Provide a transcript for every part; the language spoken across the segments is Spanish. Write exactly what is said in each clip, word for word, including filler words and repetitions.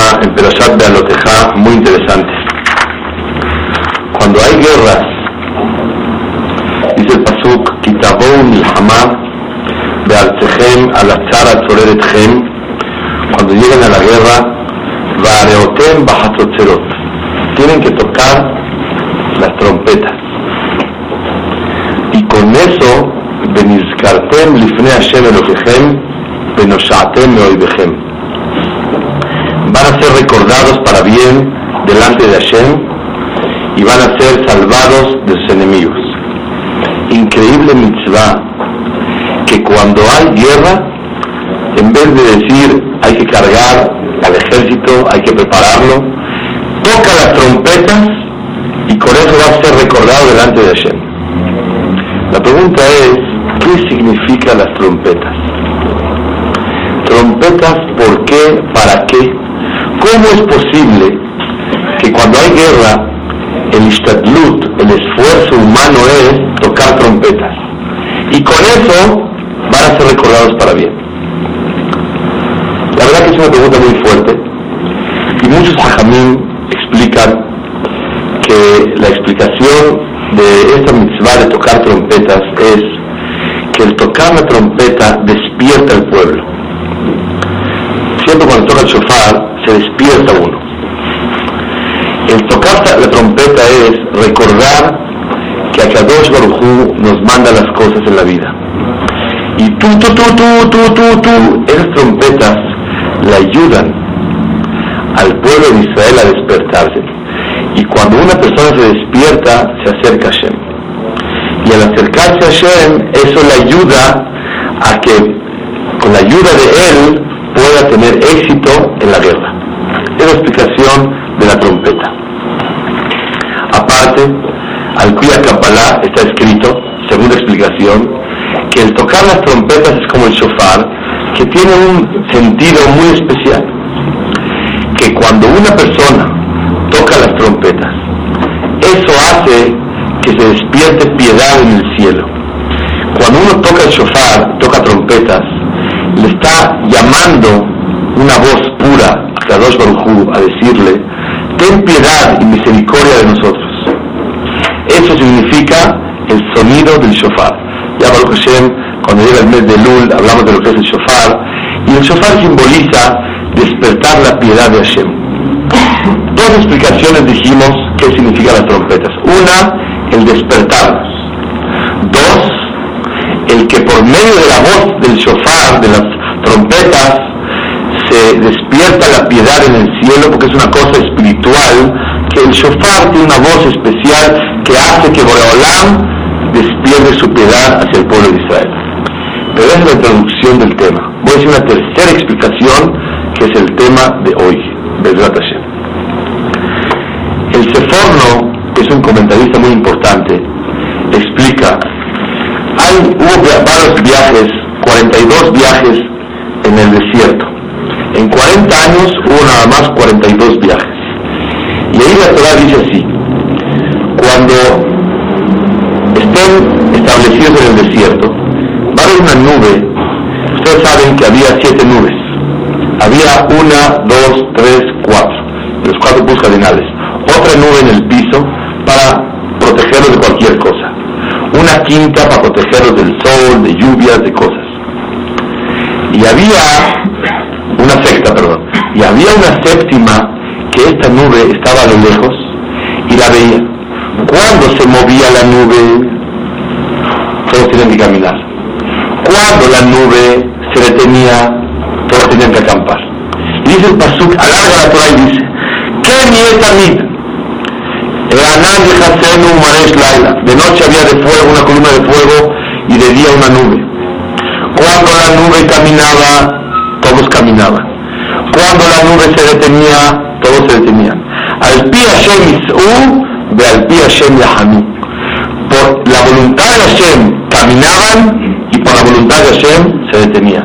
Torah en Perashat Be'alotejá muy interesante. Cuando hay guerras, dice el pasuk, Kitabou milhamá be'artechem alatzar atzoreretchem, cuando lleguen a la guerra, va'areotem bahatzotzelot, tienen que tocar las trompetas. Y con eso, benizkartem lifnei Hashem Elokechem, benoshatem meoibechem, van a ser recordados para bien delante de Hashem y van a ser salvados de sus enemigos. Increíble mitzvah, que cuando hay guerra, en vez de decir hay que cargar al ejército, hay que prepararlo, toca las trompetas y con eso va a ser recordado delante de Hashem. La pregunta es, ¿qué significan las trompetas? Trompetas, ¿por qué? ¿Para qué? ¿Cómo es posible que cuando hay guerra, el ishtadlut, el esfuerzo humano es tocar trompetas? Y con eso van a ser recordados para bien. La verdad que es una pregunta muy fuerte. Y muchos hajamim explican que la explicación de esta mitzvah de tocar trompetas es que el tocar la trompeta despierta al pueblo. Siempre cuando toca el shofar se despierta uno. El tocar la trompeta es recordar que Akadosh Baruj Hu nos manda las cosas en la vida. Y tú, tú, tú, tú, tú, tú, tú, esas trompetas le ayudan al pueblo de Israel a despertarse. Y cuando una persona se despierta, se acerca a Hashem. Y al acercarse a Hashem, eso le ayuda a que, con la ayuda de él, pueda tener éxito en la guerra. Es la explicación de la trompeta. Aparte, al Kuya Kabbalah está escrito, segunda explicación, que el tocar las trompetas es como el shofar, que tiene un sentido muy especial. Que cuando una persona toca las trompetas, eso hace que se despierte piedad en el cielo. Cuando uno toca el shofar, toca trompetas, le está llamando una voz pura a Kadosh Baruj Hu a decirle, ten piedad y misericordia de nosotros. Eso significa el sonido del shofar. Ya Baruch Hashem, cuando llega el mes de Elul, hablamos de lo que es el shofar, y el shofar simboliza despertar la piedad de Hashem. Dos explicaciones dijimos qué significan las trompetas. Una, el despertarnos. Dos, el que por medio de la voz del shofar, de las trompetas, se despierta la piedad en el cielo, porque es una cosa espiritual, que el shofar tiene una voz especial que hace que Boreolam despierte su piedad hacia el pueblo de Israel. Pero esa es la introducción del tema. Voy a decir una tercera explicación, que es el tema de hoy, Bezrat Hashem. El Seforno, que es un comentarista muy importante, explica, hay, hubo varios viajes, cuarenta y dos viajes en el desierto. En cuarenta años hubo nada más cuarenta y dos viajes. Y ahí la Torah dice así, cuando estén establecidos en el desierto, va a haber una nube. Ustedes saben que había siete nubes. Había una, dos, tres, cuatro. Los cuatro puntos cardinales. Otra nube en el piso para protegerlos de cualquier cosa. Una quinta para protegerlos del sol, de lluvias, de cosas. Y había una sexta, perdón. Y había una séptima que esta nube estaba a lo lejos y la veía. Cuando se movía la nube, todos tenían que caminar. Cuando la nube se detenía, todos tenían que acampar. Y dice el pasuk, alarga la Torah y dice, ¿qué nietamid? De noche había de fuego, una columna de fuego, y de día una nube. Cuando la nube caminaba, todos caminaban. Cuando la nube se detenía, todos se detenían. Al pi Hashem is'u, de al pi Hashem yahanu. Por la voluntad de Hashem caminaban, y por la voluntad de Hashem se detenían.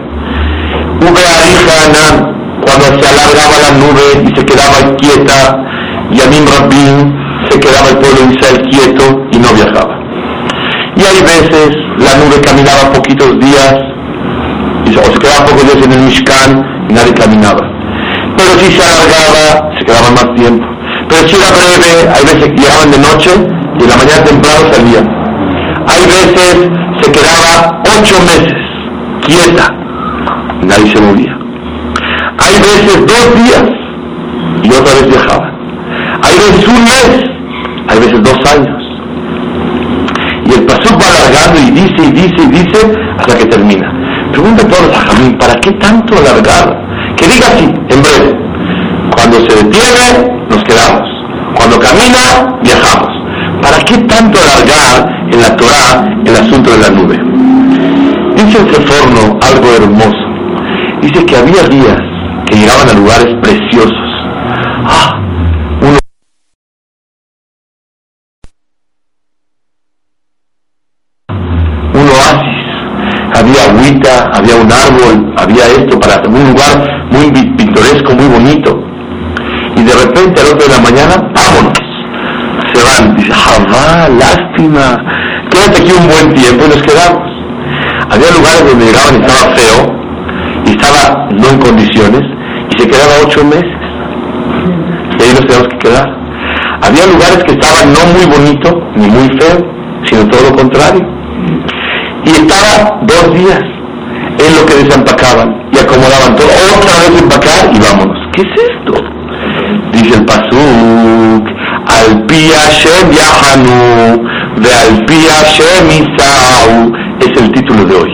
Cuando se alargaba la nube y se quedaba quieta, Yamim Rabbim, se quedaba el pueblo de Israel quieto y no viajaba. Y hay veces la nube caminaba poquitos días, o se quedaba pocos días en el Mishkan y nadie caminaba. pero si se alargaba, se quedaban más tiempo. Pero si era breve, hay veces que llegaban de noche y en la mañana temprano salían. Hay veces se quedaba ocho meses quieta, nadie se movía. Hay veces dos días y otra vez viajaban. Hay veces un mes, hay veces dos años. Y el pasuk va alargando y dice y dice y dice hasta que termina. Pregunta a todos los ajamín, ¿para qué tanto alargar? Que diga así, en breve. Cuando se detiene, nos quedamos. Cuando camina, viajamos. ¿Para qué tanto alargar en la Torah el asunto de la nube? Dice el Seforno algo hermoso. Dice que había días que llegaban a lugares preciosos. Ah, uno un oasis, había agüita, había un árbol, había esto, para un lugar muy pintoresco, muy bonito. Y de repente al otro de la mañana, vámonos. Se van, dice, ¡ah, lástima! Quédate aquí un buen tiempo y nos quedamos. Había lugares donde llegaban y estaba feo, y estaba no en condiciones, y se quedaba ocho meses. Y ahí nos tenemos que quedar. Había lugares que estaban no muy bonito, ni muy feo, sino todo lo contrario. Y estaba dos días en lo que desempacaban y acomodaban todo, otra vez empacar y vámonos. ¿Qué es esto? Dice el pasuk, al pi Hashem yahanu, de al pi Hashem isau, es el título de hoy.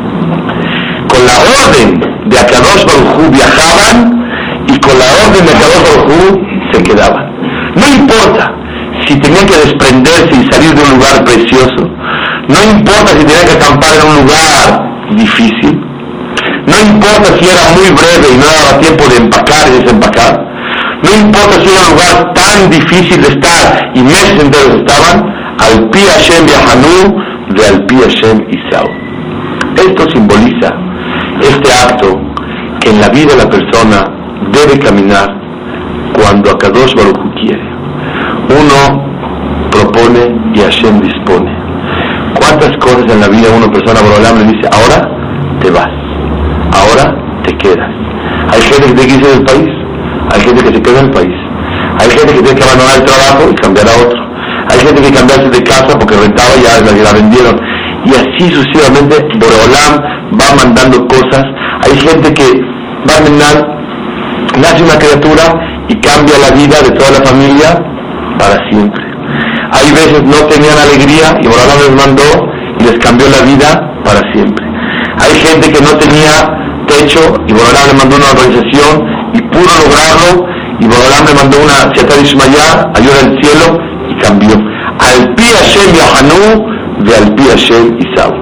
Con la orden de Akadosh Baruj Hu viajaban y con la orden de Akadosh Baruj Hu se quedaban. No importa si tenían que desprenderse y salir de un lugar precioso, no importa si tenían que acampar en un lugar difícil, no importa si era muy breve y no daba tiempo de empacar y desempacar, no importa si era un lugar tan difícil de estar y meses enteros estaban, al pi Hashem yahanu, de al pi Hashem isau. Esto simboliza este acto que en la vida la persona debe caminar cuando Akadosh Baruj Hu quiere. Uno propone y Hashem dispone. ¿Cuántas cosas en la vida una persona Borolam le dice, ahora te vas, ahora te quedas? Hay gente que tiene que irse del país, hay gente que se queda en el país, hay gente que tiene que abandonar el trabajo y cambiar a otro, hay gente que cambiarse de casa porque rentaba y ya la, la vendieron, y así sucesivamente Borolam va mandando cosas. Hay gente que va a mandar, nace una criatura y cambia la vida de toda la familia para siempre. Hay veces no tenían alegría y Borolam les mandó y les cambió la vida para siempre. Hay gente que no tenía techo y Borolam le mandó una organización y pudo lograrlo, y Borolam le mandó una Siatá Dishmayá, ayuda del cielo, y cambió. Al pi Hashem yahanu, de al pi Hashem isau.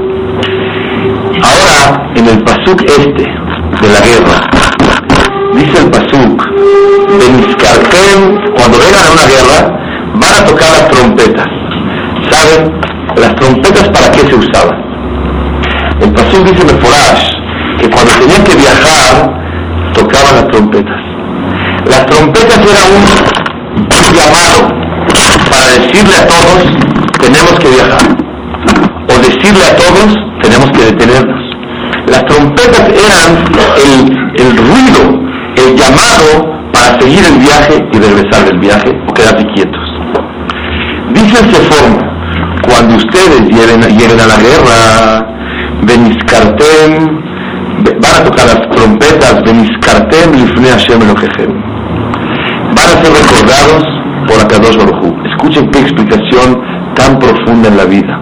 Ahora, en el pasuk este de la guerra, dice el pasuk, Benizkartem, cuando vengan a una guerra, van a tocar las trompetas. ¿Saben? Las trompetas, ¿para qué se usaban? El pasuk dice Meforash que cuando tenían que viajar tocaban las trompetas. Las trompetas eran un, un llamado para decirle a todos tenemos que viajar, o decirle a todos tenemos que detenernos. Las trompetas eran el, el ruido, el llamado para seguir el viaje y regresar del viaje o quedarse quietos. Dice el Seforno, cuando ustedes lleguen, lleguen a la guerra, Benizkartem, van a tocar las trompetas, Benizkartem lifnei Hashem Elohechem, van a ser recordados por Akadosh Baruj Hu. Escuchen qué explicación tan profunda en la vida.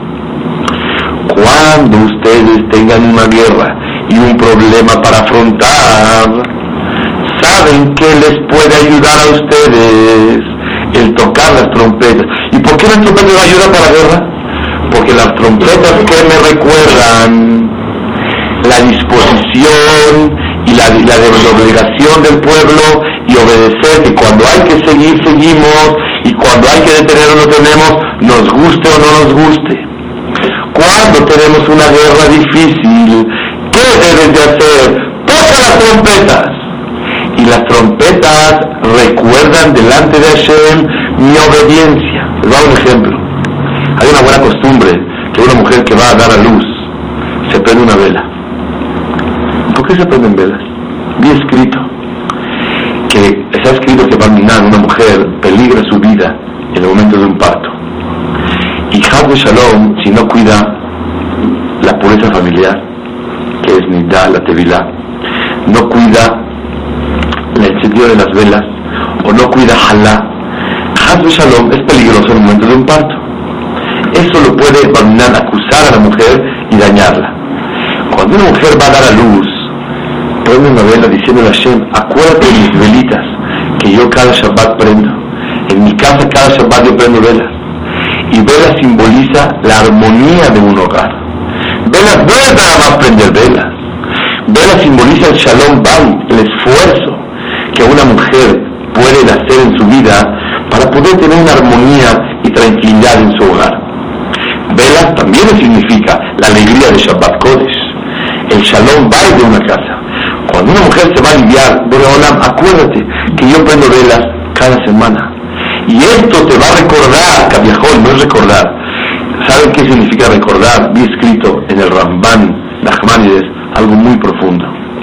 Cuando ustedes tengan una guerra y un problema para afrontar, ¿saben qué les puede ayudar a ustedes? El tocar las trompetas. ¿Y por qué las trompetas me ayudan para la guerra? Porque las trompetas que me recuerdan la disposición y la, la, la obligación del pueblo y obedecer, que cuando hay que seguir, seguimos, y cuando hay que detener, lo tenemos, nos guste o no nos guste. Cuando tenemos una guerra difícil, ¿qué deben de hacer? Toca las trompetas. Y las trompetas recuerdan delante de Hashem mi obediencia. Les voy a dar un ejemplo. Hay una buena costumbre que una mujer que va a dar a luz se prende una vela. ¿Por qué se prenden velas? Vi escrito que está escrito que Barminan, una mujer, peligra su vida en el momento de un parto. Y Chas v'Shalom, si no cuida la pureza familiar, que es Nidá, la Tevilá, no cuida el encendido de las velas, o no cuida Halá, Chas v'Shalom es peligroso en el momento de un parto. Eso lo puede Barminan acusar a la mujer y dañarla. Cuando una mujer va a dar a luz, prende una vela diciéndole a Hashem, acuérdate de mis velitas, que yo cada Shabbat prendo. En mi casa cada Shabbat yo prendo velas. Y vela simboliza la armonía de un hogar. Velas no es nada más prender velas. Vela simboliza el Shalom Bayit, el esfuerzo que una mujer puede hacer en su vida para poder tener una armonía y tranquilidad en su hogar. Velas también significa la alegría de Shabbat Kodesh, el Shalom Bayit de una casa. Cuando una mujer se va a aliviar, Boreolam, acuérdate que yo prendo velas cada semana. Y esto te va a recordar, Kaviahol, no es recordar. ¿Saben qué significa recordar? Vi escrito en el Ramban Nachmanides algo muy profundo.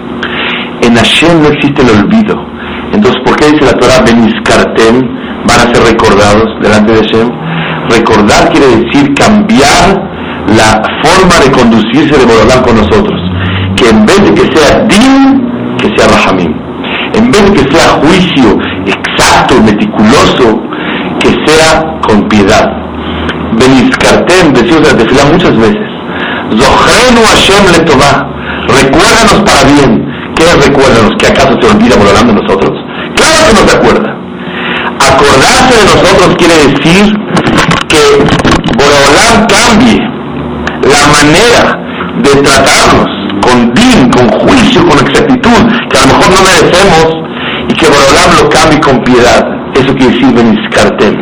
En Hashem no existe el olvido. Entonces, ¿por qué dice la Torah, Benizkartem, van a ser recordados delante de Hashem? Recordar quiere decir cambiar la forma de conducirse de Boreolam con nosotros. Que en vez de que sea din, que sea rahamim. En vez de que sea juicio exacto, meticuloso, que sea con piedad. Benizkartem, decimos en la tefilá muchas veces, Zohrenu Hashem letová, recuérdanos para bien. ¿Qué es recuérdanos? ¿Que acaso se olvida Boreolam de nosotros? Claro que no se acuerda. Acordarse de nosotros quiere decir que Boreolam cambie la manera de tratarnos con din, con juicio, con exactitud, que a lo mejor no merecemos, y que Boreolam lo cambie con piedad. Eso quiere decir Benizkartem.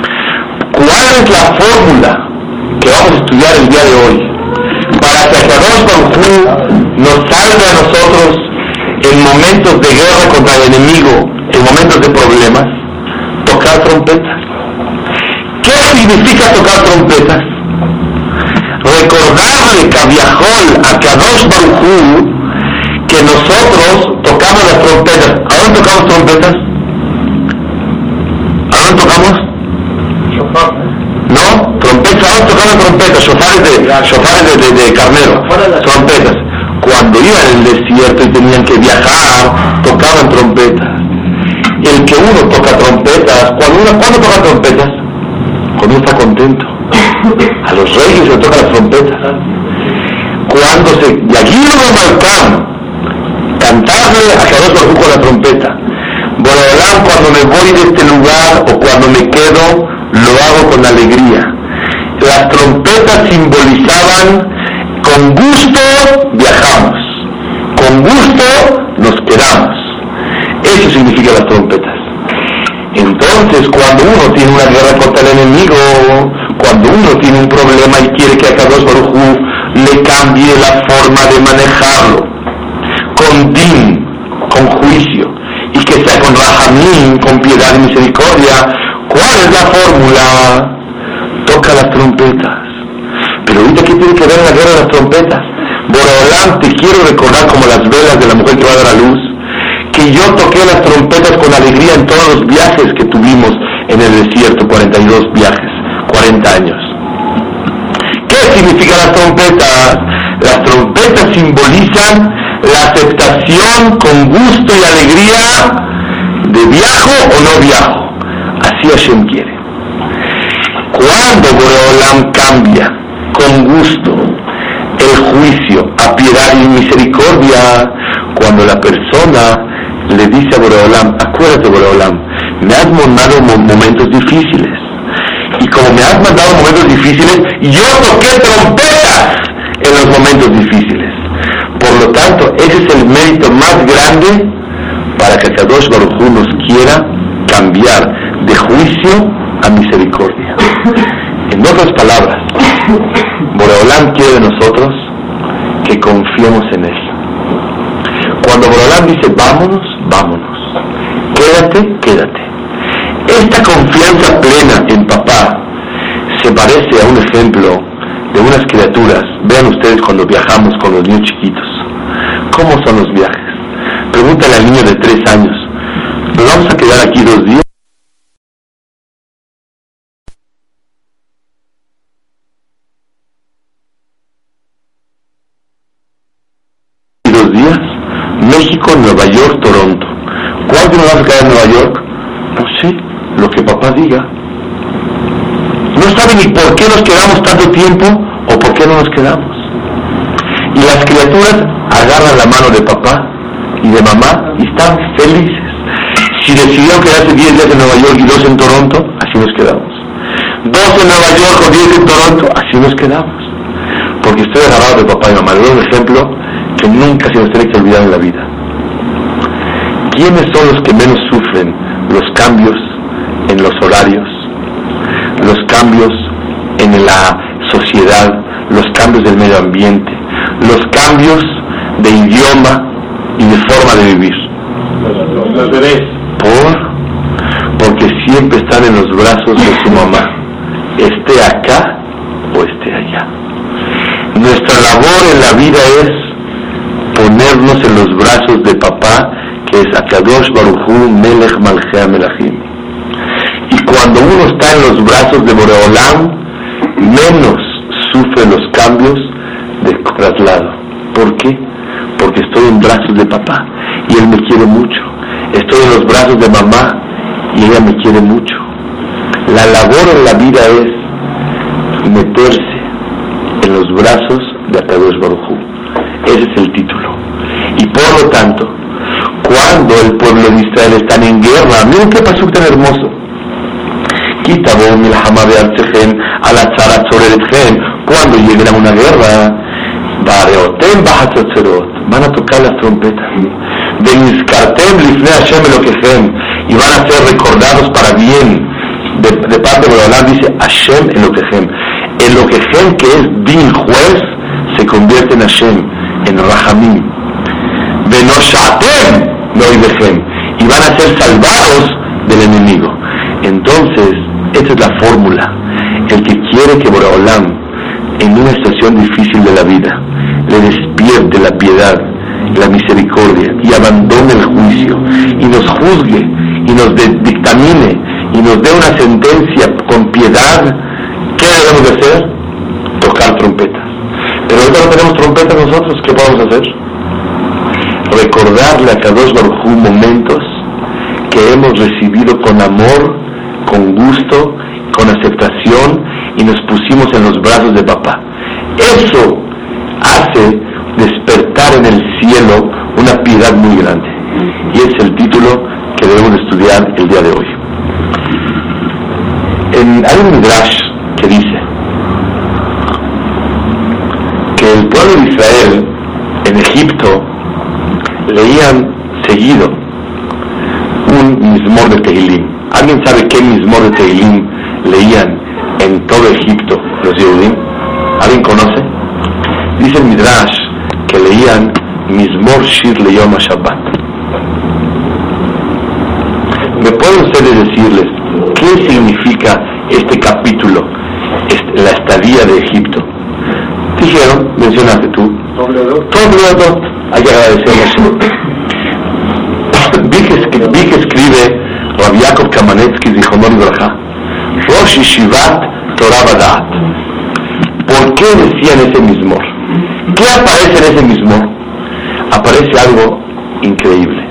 ¿Cuál es la fórmula que vamos a estudiar el día de hoy para que Akadosh Baruj Hu nos salve a nosotros en momentos de guerra contra el enemigo, en momentos de problemas? Tocar trompetas. ¿Qué significa tocar trompetas? Recordarle, Kaviahol, a Akadosh Baruj Hu, que nosotros tocamos las trompetas. ¿A dónde tocamos trompetas? ¿A dónde tocamos? No, trompetas. ¿A dónde tocamos trompetas? Shofares de, shofares de, de, de carnero. Trompetas. Cuando iban en el desierto y tenían que viajar, tocaban trompetas. El que uno toca trompetas, cuando uno, ¿cuándo toca trompetas? Cuando uno está contento. A los reyes se tocan las trompetas. Cuando se... Y aquí uno marcamos cantarle a Kadosh Baruj Hu con la trompeta. Boreolam, cuando me voy de este lugar o cuando me quedo, lo hago con alegría. Las trompetas simbolizaban, con gusto viajamos, con gusto nos quedamos. Eso significa las trompetas. Entonces, cuando uno tiene una guerra contra el enemigo, cuando uno tiene un problema y quiere que a Kadosh Baruj Hu le cambie la forma de manejarlo, con din, con juicio, y que sea con rahamim, con piedad y misericordia, ¿cuál es la fórmula? Toca las trompetas. Pero ahorita, ¿qué tiene que ver la guerra de las trompetas? Boreolam, te quiero recordar como las velas de la mujer que va a dar a luz, que yo toqué las trompetas con alegría en todos los viajes que tuvimos en el desierto, cuarenta y dos viajes, cuarenta años. ¿Qué significan las trompetas? Las trompetas simbolizan la aceptación con gusto y alegría de viajo o no viajo. Así Hashem quiere. Cuando Boreolam cambia con gusto el juicio a piedad y misericordia, cuando la persona le dice a Boreolam, acuérdate Boreolam, me has mandado momentos difíciles, y como me has mandado momentos difíciles, yo toqué trompetas en los momentos difíciles. Por lo tanto, ese es el mérito más grande para que Kadosh Baruj Hu nos quiera cambiar de juicio a misericordia. En otras palabras, Boreolam quiere de nosotros que confiemos en Él. Cuando Boreolam dice vámonos, vámonos, quédate, quédate. Esta confianza plena en papá se parece a un ejemplo de unas criaturas. Vean ustedes cuando viajamos con los niños chiquitos, ¿cómo son los viajes? Pregúntale al niño de tres años, ¿lo vamos a quedar aquí dos días. Dos días, México, Nueva York, Toronto. ¿Cuánto nos vamos a quedar en Nueva York? No sé, lo que papá diga. No sabe ni por qué nos quedamos tanto tiempo o por qué no nos quedamos. Y las criaturas agarran la mano de papá y de mamá y están felices. Si decidieron quedarse diez días en Nueva York y dos en Toronto, así nos quedamos. Dos en Nueva York o diez en Toronto, así nos quedamos. Porque estoy agarrado de papá y mamá. Le doy un ejemplo que nunca se nos tiene que olvidar en la vida. ¿Quiénes son los que menos sufren los cambios en los horarios, los cambios en la sociedad, los cambios del medio ambiente, los cambios de idioma y de forma de vivir? Los bebés. ¿Por? Porque siempre están en los brazos de su mamá, esté acá o esté allá. Nuestra labor en la vida es ponernos en los brazos de papá, que es Akadosh Baruj Hu Melech Malchei Melachim. Y cuando uno está en los brazos de Boreolam, menos sufre los cambios de traslado. ¿Por qué? Porque estoy en brazos de papá y él me quiere mucho. Estoy en los brazos de mamá y ella me quiere mucho. La labor en la vida es meterse en los brazos de Akadosh Baruj Hu. Ese es el título. Y por lo tanto, cuando el pueblo de Israel está en guerra, miren qué pasó tan hermoso. Quitabo milhama be'artechem alatzara tzoreretchem. Cuando lleguen a una guerra, bareotem bahatzerot, van a tocar las trompetas. Benizkartem lifnei Hashem elokechem, y van a ser recordados para bien. De, de parte de Boreolam dice Hashem elokechem. Elokechem, que es din, juez, se convierte en Hashem, en Rahamim. Venoshatem noidechem, y van a ser salvados del enemigo. Entonces, esta es la fórmula. El que quiere que Boreolam, en una situación difícil de la vida, le despierte la piedad, la misericordia, y abandone el juicio, y nos juzgue, y nos de, dictamine, y nos dé una sentencia con piedad, ¿qué debemos de hacer? Tocar trompetas. Pero ahorita no tenemos trompetas nosotros, ¿qué podemos hacer? Recordarle a Kadosh Baruj Hu momentos que hemos recibido con amor, con gusto, con aceptación, y nos pusimos en los brazos de papá. Eso hace despertar en el cielo una piedad muy grande, y es el título que debemos estudiar el día de hoy. En, hay un midrash que dice que el pueblo de Israel en Egipto leían seguido un Mizmor de Tehilim. ¿Alguien sabe qué Mizmor de Tehilim leían en todo Egipto los Yehudim? ¿Alguien conoce? Dice el Midrash que leían Mizmor Shir Leyom HaShabbat. ¿Me pueden ustedes decirles qué significa este capítulo, este, la estadía de Egipto? Dijeron, mencionaste tú, Tobleodot, hay que agradecerles. vi, que, vi que escribe Rabbi Yaakov Kamenetsky Zichrono Libraja, Rosh Yeshivat Torah Badaat. ¿Por qué decían ese Mizmor? ¿Qué aparece en ese Mizmor? Aparece algo increíble.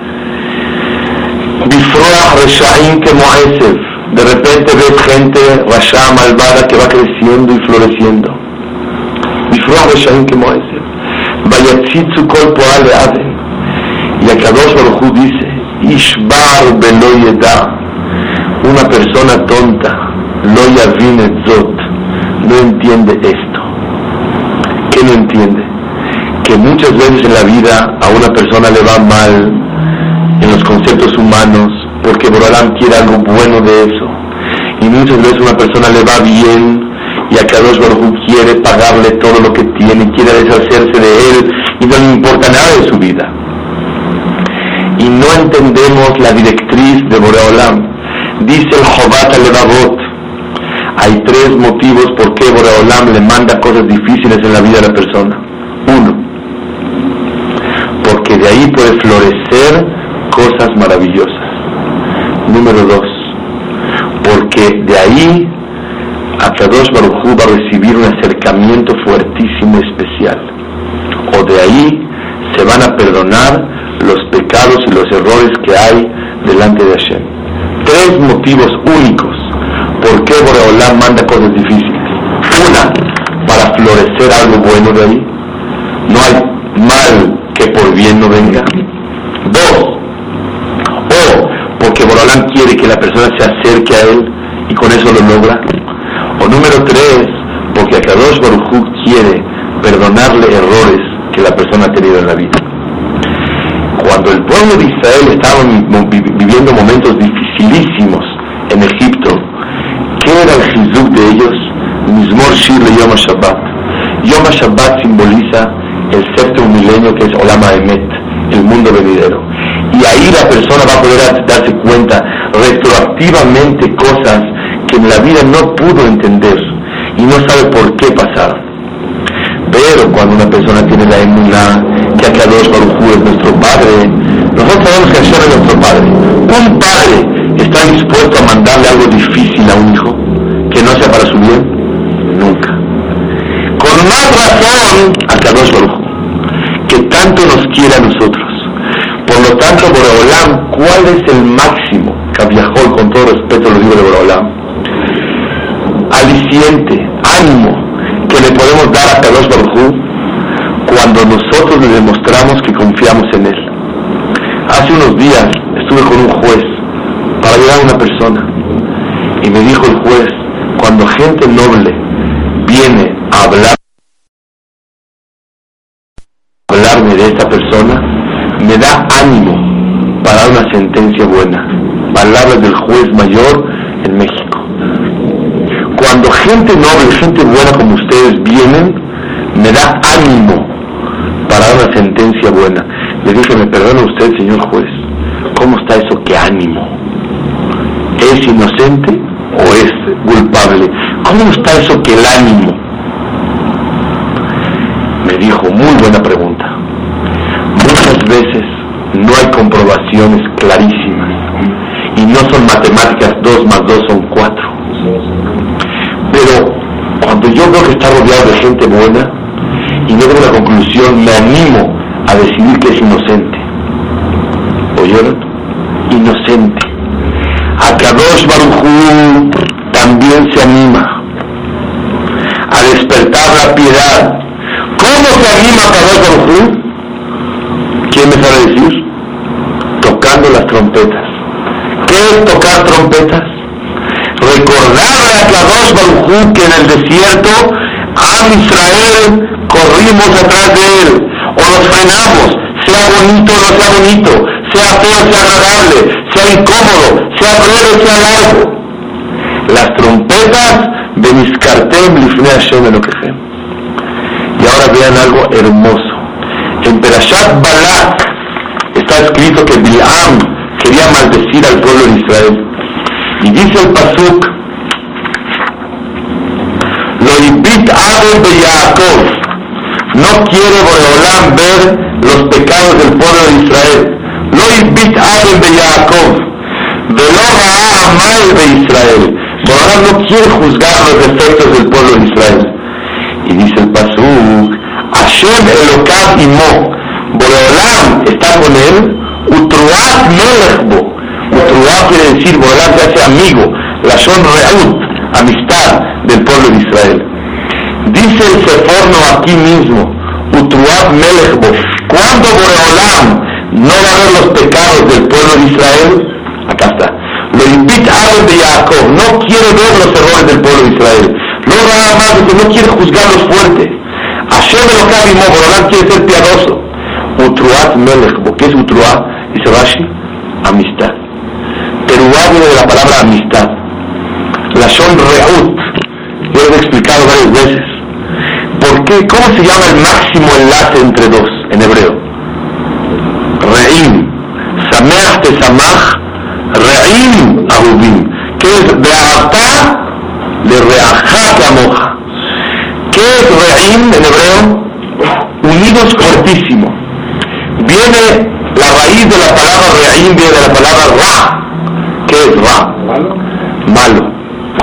Bifroach Reshaim Kemo Esev. De repente ves gente rasha, malvada, que va creciendo y floreciendo. Bifroach Reshaim Kemo Esev. Vayatzitzu Kol Poal Le'aden. Y Akadosh Baruj Hu dice, Ishbar Belo Yeda. Una persona tonta, Lo Yavin et Zot, no entiende esto. ¿Qué no entiende? Que muchas veces en la vida a una persona le va mal en los conceptos humanos, porque Boreolam quiere algo bueno de eso, y muchas veces a una persona le va bien y a Kadosh Baruj Hu quiere pagarle todo lo que tiene, quiere deshacerse de él y no le importa nada de su vida, y no entendemos la directriz de Boreolam. Dice el Jobat Alevavot, hay tres motivos por qué Boreolam le manda cosas difíciles en la vida de la persona. Uno, porque de ahí puede florecer cosas maravillosas. Número dos, porque de ahí Akadosh Baruj Hu va a recibir un acercamiento fuertísimo y especial, o de ahí se van a perdonar los pecados y los errores que hay delante de Hashem. Tres motivos únicos por qué Boreolam manda cosas difíciles. Una, para florecer algo bueno de ahí. No hay mal que por bien no venga. Dos, o porque Boreolam quiere que la persona se acerque a él y con eso lo logra. O número tres, porque Akadosh Baruj Hu quiere perdonarle errores que la persona ha tenido en la vida. Cuando el pueblo de Israel estaba viviendo momentos dificilísimos en Egipto, ¿qué era el Chizuk de ellos? Mizmor Shir le Yom HaShabbat. Yom HaShabbat simboliza el séptimo milenio, que es Olam HaEmet, el mundo venidero. Y ahí la persona va a poder darse cuenta retroactivamente cosas que en la vida no pudo entender y no sabe por qué pasaron. Pero cuando una persona tiene la emuná que Akadosh Baruj Hu es nuestro padre, nosotros sabemos que Hashem es nuestro padre. ¿Un padre está dispuesto a mandarle algo difícil a un hijo que no sea para su bien? Nunca. Con más razón Akadosh Baruj Hu, que tanto nos quiere a nosotros. Por lo tanto, Boreolam, ¿cuál es el máximo, Kaviahol, con todo respeto lo digo de Boreolam, aliciente, ánimo que le podemos dar a Akadosh Baruj Hu cuando nosotros le demostramos que confiamos en él? Hace unos días estuve con un juez para ayudar a una persona y me dijo el juez, cuando gente noble viene a hablar hablarme de esta persona, me da ánimo para dar una sentencia buena. Palabras del juez mayor en México. Cuando gente noble, gente buena como ustedes vienen, me da ánimo para dar una sentencia buena. Le dije, me perdona usted, señor juez, ¿cómo está eso que ánimo? ¿Es inocente o es culpable? ¿Cómo está eso que el ánimo? Me dijo, muy buena pregunta. Muchas veces no hay comprobaciones clarísimas y no son matemáticas, dos más dos son cuatro. Pero cuando yo veo que está rodeado de gente buena y no tengo una conclusión, me animo a decidir que es inocente. ¿Oyeron? Inocente. Akadosh Baruj Hu también se anima a despertar la piedad. ¿Cómo se anima Akadosh Baruj Hu? ¿Quién me sabe decir? Tocando las trompetas. ¿Qué es tocar trompetas? Recordarle a Akadosh Baruj Hu que en el desierto, Am Israel, corrimos atrás de él, o nos frenamos, sea bonito o no sea bonito, sea feo o sea agradable, sea incómodo, sea breve o sea largo. Las trompetas de Niskartem Lifnei Hashem Elokechem. Y ahora vean algo hermoso. En Perashat Balak está escrito que Bilam quería maldecir al pueblo de Israel. Y dice el pasuk, Lo ibit Adon de Yaakov, no quiere Boreolam ver los pecados del pueblo de Israel. Lo ibit Adon de Yaakov, Velo Ra'a Amal de Israel. Boreolam no quiere juzgar los defectos del pueblo de Israel. Y dice el pasuk, Hashem Elokav Imo, Boreolam está con él, Utruat Melechbo. Utruat quiere decir, Boreolam se hace amigo, Lashon Reut, amistad del pueblo de Israel. Dice el Seforno aquí mismo, Utruat Melechbo, cuando Boreolam no va a ver los pecados del pueblo de Israel, acá está, lo invita a los de Jacob, no quiere ver los errores del pueblo de Israel, no nada más porque no quiere juzgarlos fuertes. Hashem Elokav Imo, Boreolam quiere ser piadoso. Utruat Melech, ¿qué es Utruat? Dice Rashi, amistad. Teruá viene de la palabra amistad. Lashon Reut, yo lo he explicado varias veces. ¿Por qué? ¿Cómo se llama el máximo enlace entre dos en hebreo? Re'im. Sameach te samach, Re'im ahubim. ¿Qué es Be'ahatá? De Re'ajá te amoja. ¿Qué es Re'im en hebreo? Unidos fuertísimo. Viene la raíz de la palabra Re'im, viene de la palabra Ra, que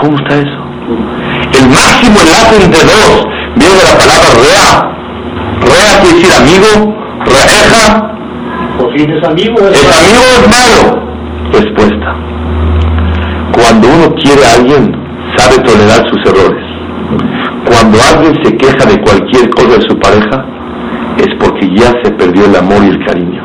¿Cómo está eso? El máximo enlace entre dos viene de la palabra rea. Rea quiere decir amigo, reeja. O si es amigo, es, ¿Es amigo o es malo? Respuesta: cuando uno quiere a alguien, sabe tolerar sus errores. Cuando alguien se queja de cualquier cosa de su pareja, es porque ya se perdió el amor y el cariño.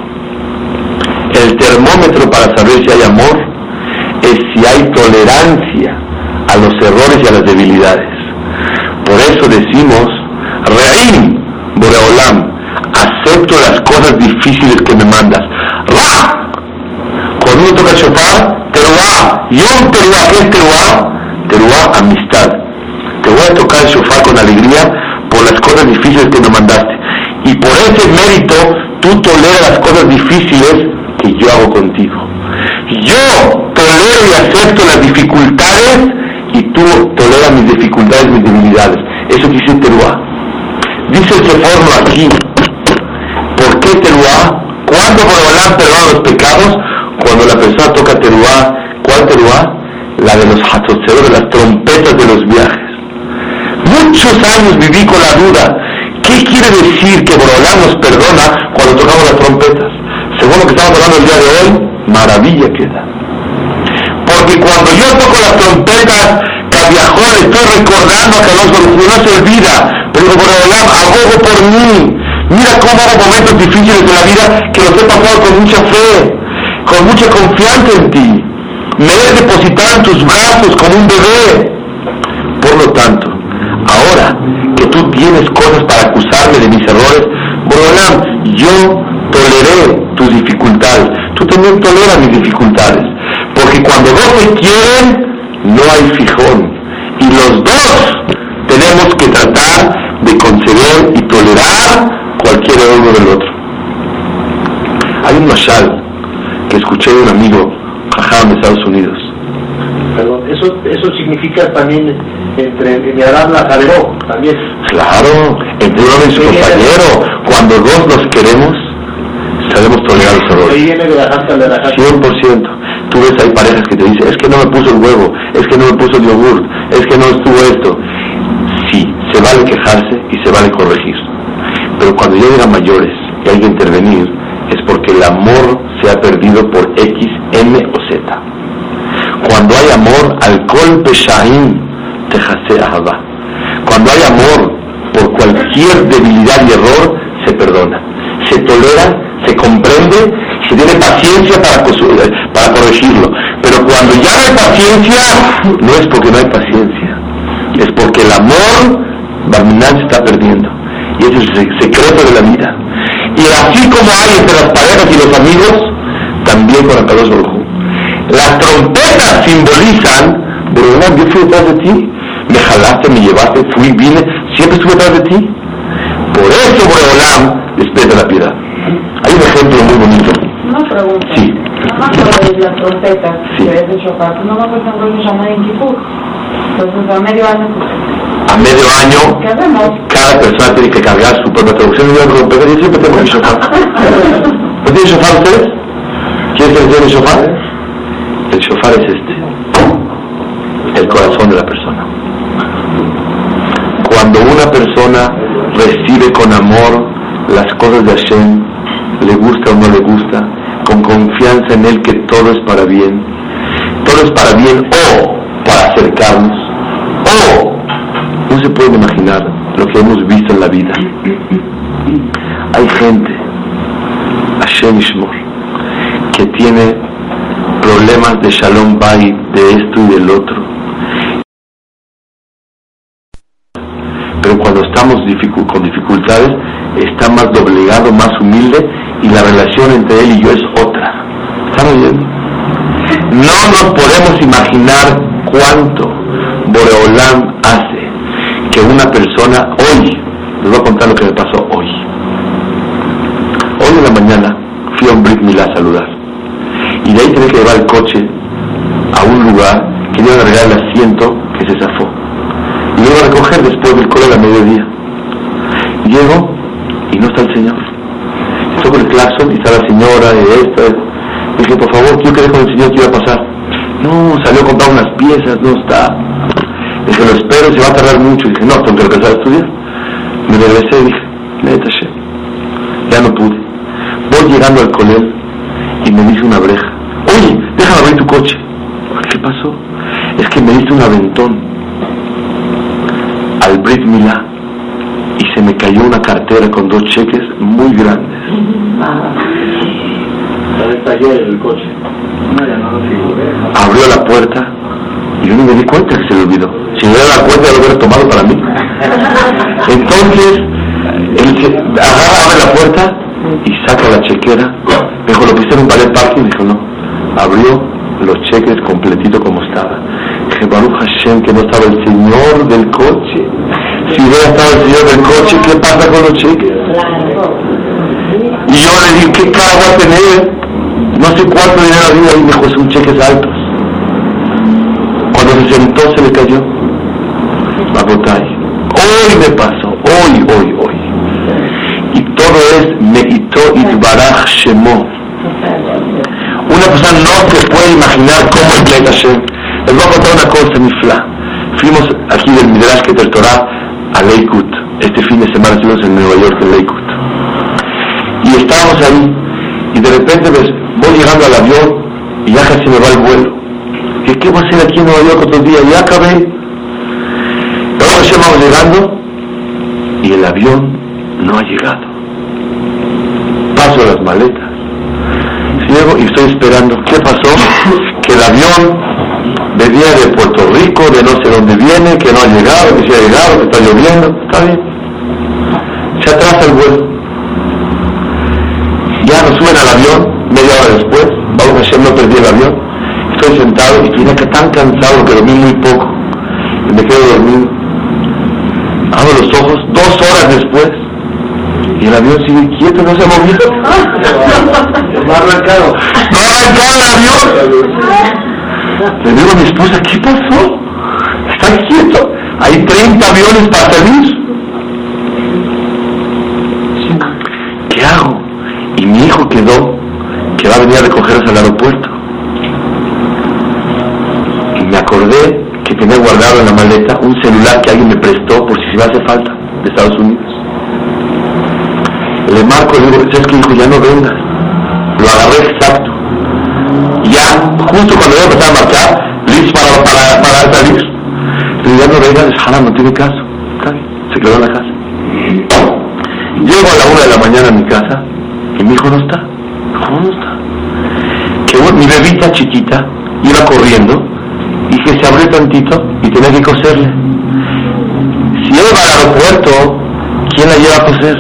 El termómetro para saber si hay amor es si hay tolerancia a los errores y a las debilidades. Por eso decimos, Re'im Boreolam, acepto las cosas difíciles que me mandas. Ra, cuando uno toca el shofar, teruá, yom teruá, ¿qué es teruá? Teruá, amistad. Te voy a tocar el shofar con alegría por las cosas difíciles que me mandaste, y por ese mérito tú toleras las cosas difíciles que yo hago contigo. Yo tolero y acepto las dificultades y tú toleras mis dificultades, mis debilidades. Eso dice teruá. Dice el Seforno aquí, ¿por qué teruá? ¿Cuándo Boreolam perdona los pecados? Cuando la persona toca teruá. ¿Cuál teruá? La de los hatzotzerot, de las trompetas de los viajes. Muchos años viví con la duda, ¿qué quiere decir que Boreolam nos perdona cuando tocamos las trompetas? Según lo que estamos hablando el día de hoy, maravilla queda. Porque cuando yo toco las trompetas, Cabiajón, estoy recordando que no, no se olvida. Pero Boreolam, abogo por mí. Mira cómo hago momentos difíciles de la vida que los he pasado con mucha fe, con mucha confianza en ti. Me he depositado en tus brazos como un bebé. Por lo tanto, ahora que tú tienes cosas para acusarme de mis errores, Boreolam, yo toleré tus dificultades, tú también toleras mis dificultades, porque cuando dos se quieren, no hay fijón, y los dos tenemos que tratar de conceder y tolerar cualquier error del otro. Hay un mashal que escuché de un amigo jajam de Estados Unidos. Perdón, eso, eso significa también entre mi Adam la Javeró, también. Claro, entre uno y su compañero, cuando dos nos queremos, sabemos tolerar los errores. cien por ciento. Tú ves, hay parejas que te dicen, es que no me puso el huevo, es que no me puso el yogur, es que no estuvo esto. Sí, se vale quejarse y se vale corregir. Pero cuando ya eran mayores y hay que intervenir, es porque el amor se ha perdido por X, M o Z. Cuando hay amor, alcohol peshaim tejase ahava. Cuando hay amor por cualquier debilidad y error, se perdona, se tolera, se comprende, se tiene paciencia para, para corregirlo. Pero cuando ya no hay paciencia, no es porque no hay paciencia, es porque el amor Barminan se está perdiendo. Y ese es el secreto de la vida. Y así como hay entre las parejas y los amigos, también con Akadosh Baruj Hu. Las trompetas simbolizan, Boreolam, yo fui detrás de ti, me jalaste, me llevaste, fui, vine, siempre estuve detrás de ti. Por eso Boreolam despierta la piedad. Hay un ejemplo muy bonito. Una pregunta. Sí. No me acuerdo de las trompetas Sí. que es de shofar. No me acuerdo en Rosh Hashanah y en Kippur. Entonces a medio año. A medio año, ¿Qué hacemos? cada persona tiene que cargar su propia traducción de una trompeta. Yo siempre tengo el shofar. ¿No tienen shofar ustedes? ¿Quién se tiene el shofar? El shofar es este, el corazón de la persona. Cuando una persona recibe con amor las cosas de Hashem, le gusta o no le gusta, con confianza en Él que todo es para bien, todo es para bien o para acercarnos, o no se puede imaginar lo que hemos visto en la vida. Hay gente, Hashem Yishmor, que tiene problemas de Shalom Bayit, de esto y del otro, pero cuando estamos dificu- con dificultades está más doblegado, más humilde, y la relación entre él y yo es otra. ¿Están oyendo? No nos podemos imaginar cuánto Boreolam hace que una persona hoy, les voy a contar lo que me pasó hoy. Hoy en la mañana fui a un Brit Milá a saludar, y de ahí tenía que llevar el coche a un lugar que me iban a regalar el asiento que se zafó, y lo iba a recoger después del cole a mediodía. Llego y no está el señor. Toco el claxon y está la señora y esta. Dije, por favor, quiero quedar con el señor que iba a pasar. No, salió a comprar unas piezas piezas, no está. Dije, lo espero, se va a tardar mucho. Dije, no, tengo que empezar a estudiar. Me regresé y dije, neta, ya no pude. Voy llegando al colegio y me dice una breja, oye, déjame abrir tu coche. ¿Qué pasó? Es que me diste un aventón al Brit Milá y se me cayó una cartera con dos cheques muy grandes. El coche. Abrió la puerta y yo no me di cuenta que se le olvidó. Si me hubiera dado cuenta, ya lo hubiera tomado para mí. Entonces él se agarra, abre la puerta y saca la chequera. Me dijo, lo que hice en un ballet parking. Dijo, no, abrió los cheques completito como estaba. Dije, Baruch Hashem, que no estaba el señor del coche. Si hubiera estado el señor del coche, ¿qué pasa con los cheques? Y yo le dije, ¿qué cara va a tener? No sé cuánto dinero había ahí. Me dijo, son cheques altos. Cuando se sentó se le cayó la botella. Hoy me pasó, hoy, hoy, hoy. Y todo es Me'ito Itbaraj Shemo. Una persona no se puede imaginar cómo es Me'it Hashem. Les voy a contar una cosa, Nifla. Fuimos aquí del Midrash Keter Torah a Lakewood. Este fin de semana estuvimos en Nueva York, en Lakewood. Y estábamos ahí. Y de repente ves, voy llegando al avión y ya casi me va el vuelo. ¿Qué, qué voy a hacer aquí en Nueva York otros días? Ya acabé. Luego ya vamos llegando y el avión no ha llegado. Paso las maletas. Llego y estoy esperando. ¿Qué pasó? Que el avión venía de Puerto Rico, de no sé dónde viene, que no ha llegado, que sí ha llegado, que está lloviendo. Está bien. Se atrasa el vuelo. Ya nos suben al avión, media hora después. Vamos a no perdí el avión. Estoy sentado y estoy tan cansado que dormí muy poco. Y me quedo dormido. Abro los ojos, dos horas después. Y el avión sigue quieto, no se ha movido. No ha arrancado. No ha arrancado el avión. Le digo a mi esposa, ¿qué pasó? Está quieto. Hay treinta aviones para salir. ¿Qué hago? Y mi hijo quedó que va a venir a recogernos al aeropuerto. Y me acordé que tenía guardado en la maleta un celular que alguien me prestó por si me hace falta, de Estados Unidos. Le marco y le digo, ¿sabes qué, hijo? Ya no vengas. Lo agarré exacto. Ya, justo cuando voy a empezar a marcar, listo para, para, para salir. Le digo, ya no vengas, Hannah, no tiene caso. Está bien. Se quedó en la casa. Llego a la una de la mañana a mi casa y mi hijo no está. ¿Cómo no está? Que bueno, mi bebita chiquita iba corriendo y que se abrió tantito y tenía que coserle. Si él va al aeropuerto, ¿quién la lleva a coser?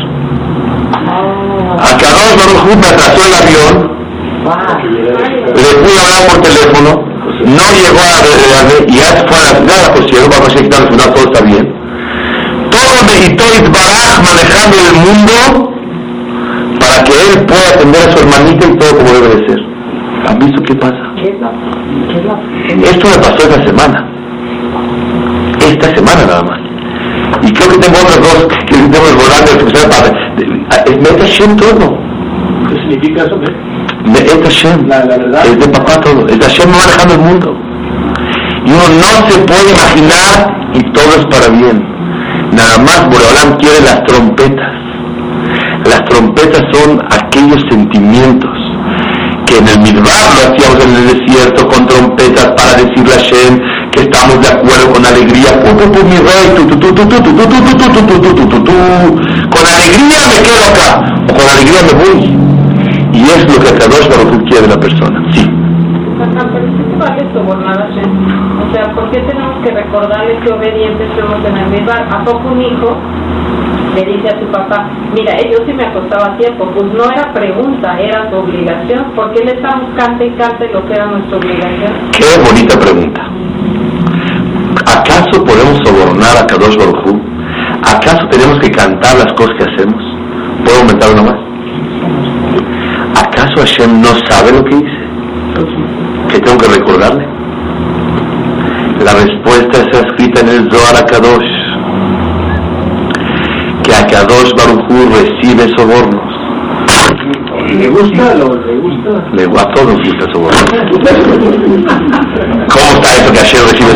A Kadosh Baruj Hu me atrasó el avión, le pude hablar por teléfono, no llegó a la y ya fue a la ciudad, la cosieron, vamos a checar al final, todo está bien. Todo Me'ito Itbaraj manejando el mundo para que él pueda atender a su hermanita y todo como debe de ser. ¿Han visto qué pasa? Esto me pasó esta semana. Esta semana nada más. Y creo que tengo otras dos que tengo el volante especial para... Me'it Hashem todo. ¿Qué significa eso? Me'it Hashem. La, la verdad. Es de papá todo. Es de Hashem manejando el mundo. Y uno no se puede imaginar y todo es para bien. Nada más Boreolam quiere las trompetas. Las trompetas son aquellos sentimientos que en el Midbar lo hacíamos en el desierto con trompetas para decirle a Hashem que estamos de acuerdo con alegría. Pu, pu, pu, mi rey, tu, tu, tu, tu, tu, tu, tu, tu, tu, tu, tu, tu, tu, tu. Con alegría me quedo acá, o con alegría me voy. Y es lo que Kadosh Baruj Hu quiere de la persona. Sí. Pero ¿qué te vale sobornar a Hashem? O sea, ¿por qué tenemos que recordarle qué obedientes somos en el Midbar? ¿A poco un hijo le dice a su papá, mira, yo sí me acostaba a tiempo? Pues no era pregunta, era tu obligación. ¿Por qué le estamos cante y cante lo que era nuestra obligación? Qué bonita pregunta. ¿Acaso podemos sobornar a Kadosh Baruj Hu? ¿Acaso tenemos que cantar las cosas que hacemos? ¿Puedo aumentar una más? ¿Acaso Hashem no sabe lo que hice? ¿Qué tengo que recordarle? La respuesta está escrita en el Zohar HaKadosh, que a Kadosh Baruj Hu recibe sobornos. ¿Le gusta? ¿Lo, ¿Le gusta? Le, a todos gusta sobornos. ¿Cómo está eso que Hashem recibe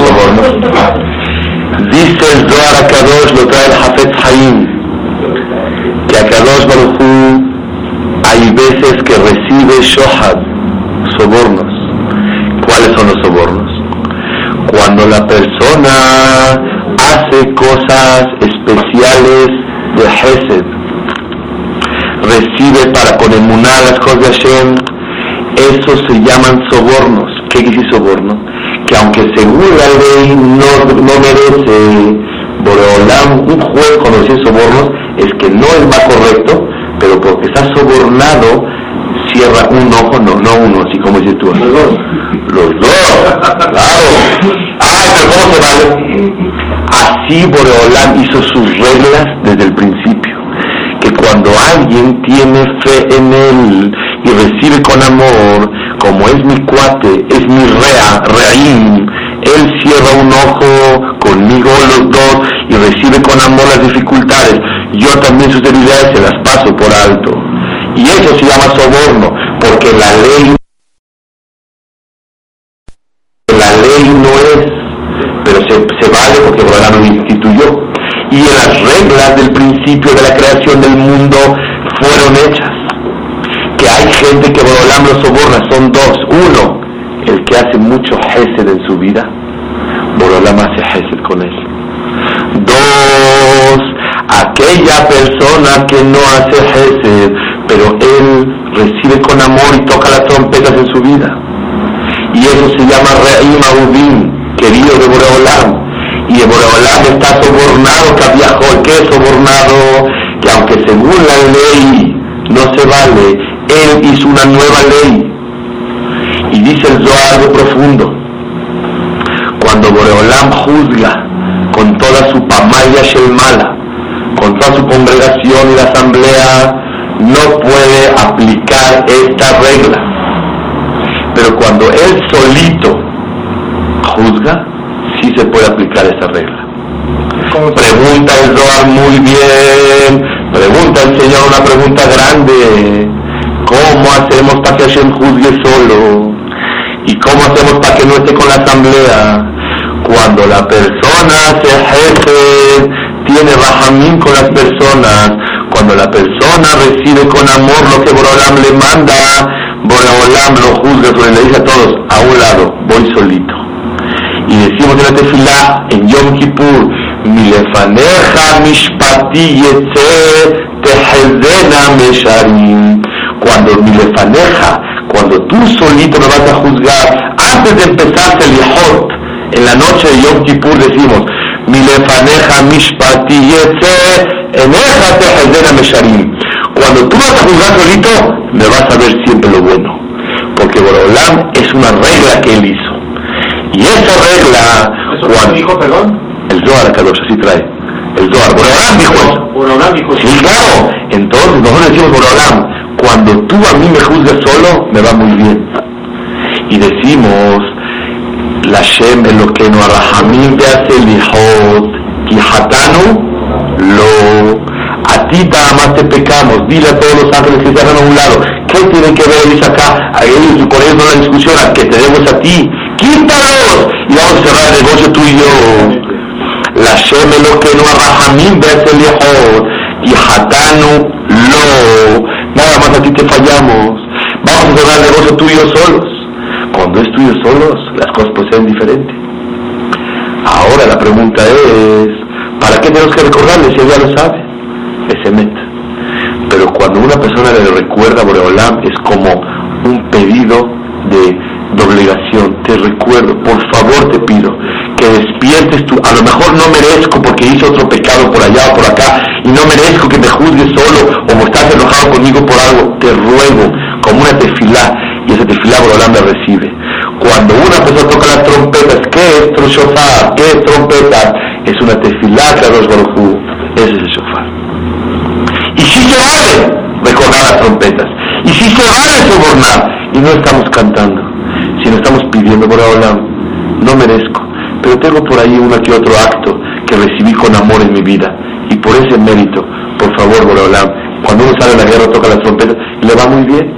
Akadosh lo trae el Hafetz Haim, que Akadosh Baruj Hu hay veces que recibe shohad, sobornos. ¿Cuáles son los sobornos? Cuando la persona hace cosas especiales de Hesed, recibe para con emuná las cosas de Hashem, esos se llaman sobornos. ¿Qué quiere decir soborno? Que aunque según la ley no, no merece Boreolam, un juez cuando dice sobornos es que no es más correcto, pero porque está sobornado cierra un ojo, no, no uno, así como dices tú. Los dos. Los dos, claro. Ay, pero ¿cómo se vale? Así Boreolam hizo sus reglas desde el principio. Que cuando alguien tiene fe en él y recibe con amor, como es mi cuate, es mi rea, reaim, él cierra un ojo conmigo los dos y recibe con amor las dificultades. Yo también sus debilidades se las paso por alto. Y eso se llama soborno, porque la ley la ley no es, pero se, se vale porque Boreolam lo instituyó. Y las reglas del principio de la creación del mundo fueron hechas. Que hay gente que Boreolam lo soborna, son dos. Uno, el que hace mucho Hesed en su vida, Boreolam hace Hesed con él. Dos, aquella persona que no hace Hesed, pero él recibe con amor y toca las trompetas en su vida. Y eso se llama Re'im Ahuvim, querido de Boreolam. Y el Boreolam está sobornado, que viajó, ¿qué es sobornado? Que aunque según la ley no se vale, él hizo una nueva ley. Y dice el Zohar algo profundo. Cuando Boreolam juzga con toda su pamaya shelmala, con toda su congregación y la asamblea, no puede aplicar esta regla. Pero cuando él solito juzga, sí se puede aplicar esa regla. Pregunta el Zohar muy bien, pregunta el Señor una pregunta grande. ¿Cómo hacemos para que Hashem juzgue solo? ¿Y cómo hacemos para que no esté con la asamblea? Cuando la persona se jefe, tiene rahamim con las personas, cuando la persona recibe con amor lo que Boreolam le manda, Boreolam lo juzga, pero le dice a todos, a un lado, voy solito. Y decimos en la tefilá, en Yom Kippur, Milefaneja mishpati yetze tehezena mesharim. Cuando Milefaneja, cuando tú solito me vas a juzgar, antes de empezar Selihot, en la noche de Yom Kippur decimos, Milefaneja mishpati yetze eneja tehezena mesharim. Cuando tú vas a juzgar solito, me vas a ver siempre lo bueno, porque Boreolam es una regla que él hizo. Y esa regla... ¿Eso cuando dijo, perdón? El Zohar Akadosh, así trae. El Zohar, Boreolam dijo eso. Boreolam dijo eso. Sí, claro. Entonces nosotros decimos Boreolam, cuando tú a mí me juzgas solo, me va muy bien. Y decimos, la Shem Elokeinu Arahamim Be'aselihot Kihatanu Lo... A ti nada más te pecamos. Dile a todos los ángeles que se hagan a un lado. ¿Qué tienen que ver ellos acá? A ellos, por eso la discusión, a que tenemos a ti. ¡Quítalos! Y vamos a cerrar el negocio tú y yo. La Shem Elokeinu Arahamim Be'aselihot Kihatanu Lo. Nada más a ti te fallamos. Vamos a cerrar el negocio tú y yo solos. Cuando es tú y yo solos, las cosas pues sean diferentes. Ahora la pregunta es, ¿para qué tenemos que recordarle si ella lo sabe? Ese meta. Pero cuando una persona le recuerda a Boreolam, es como un pedido de, de obligación. Te recuerdo, por favor te pido, que despiertes tú. A lo mejor no merezco porque hice otro pecado por allá o por acá, y no merezco que me juzgues solo, o me estás enojado conmigo por algo. Te ruego, como una tefilá, y esa tefilá Boreolam la recibe. Cuando una persona toca las trompetas, ¿qué es shofar? ¿Qué es trompeta? Es una tefilá, Kadosh Baruj Hu. Ese es el shofar. Y si se vale recordar las trompetas, y si se vale sobornar, y no estamos cantando, sino estamos pidiendo, Boreolam, no merezco, pero tengo por ahí uno que otro acto que recibí con amor en mi vida, y por ese mérito, por favor, Boreolam, cuando uno sale a la guerra toca las trompetas, le va muy bien.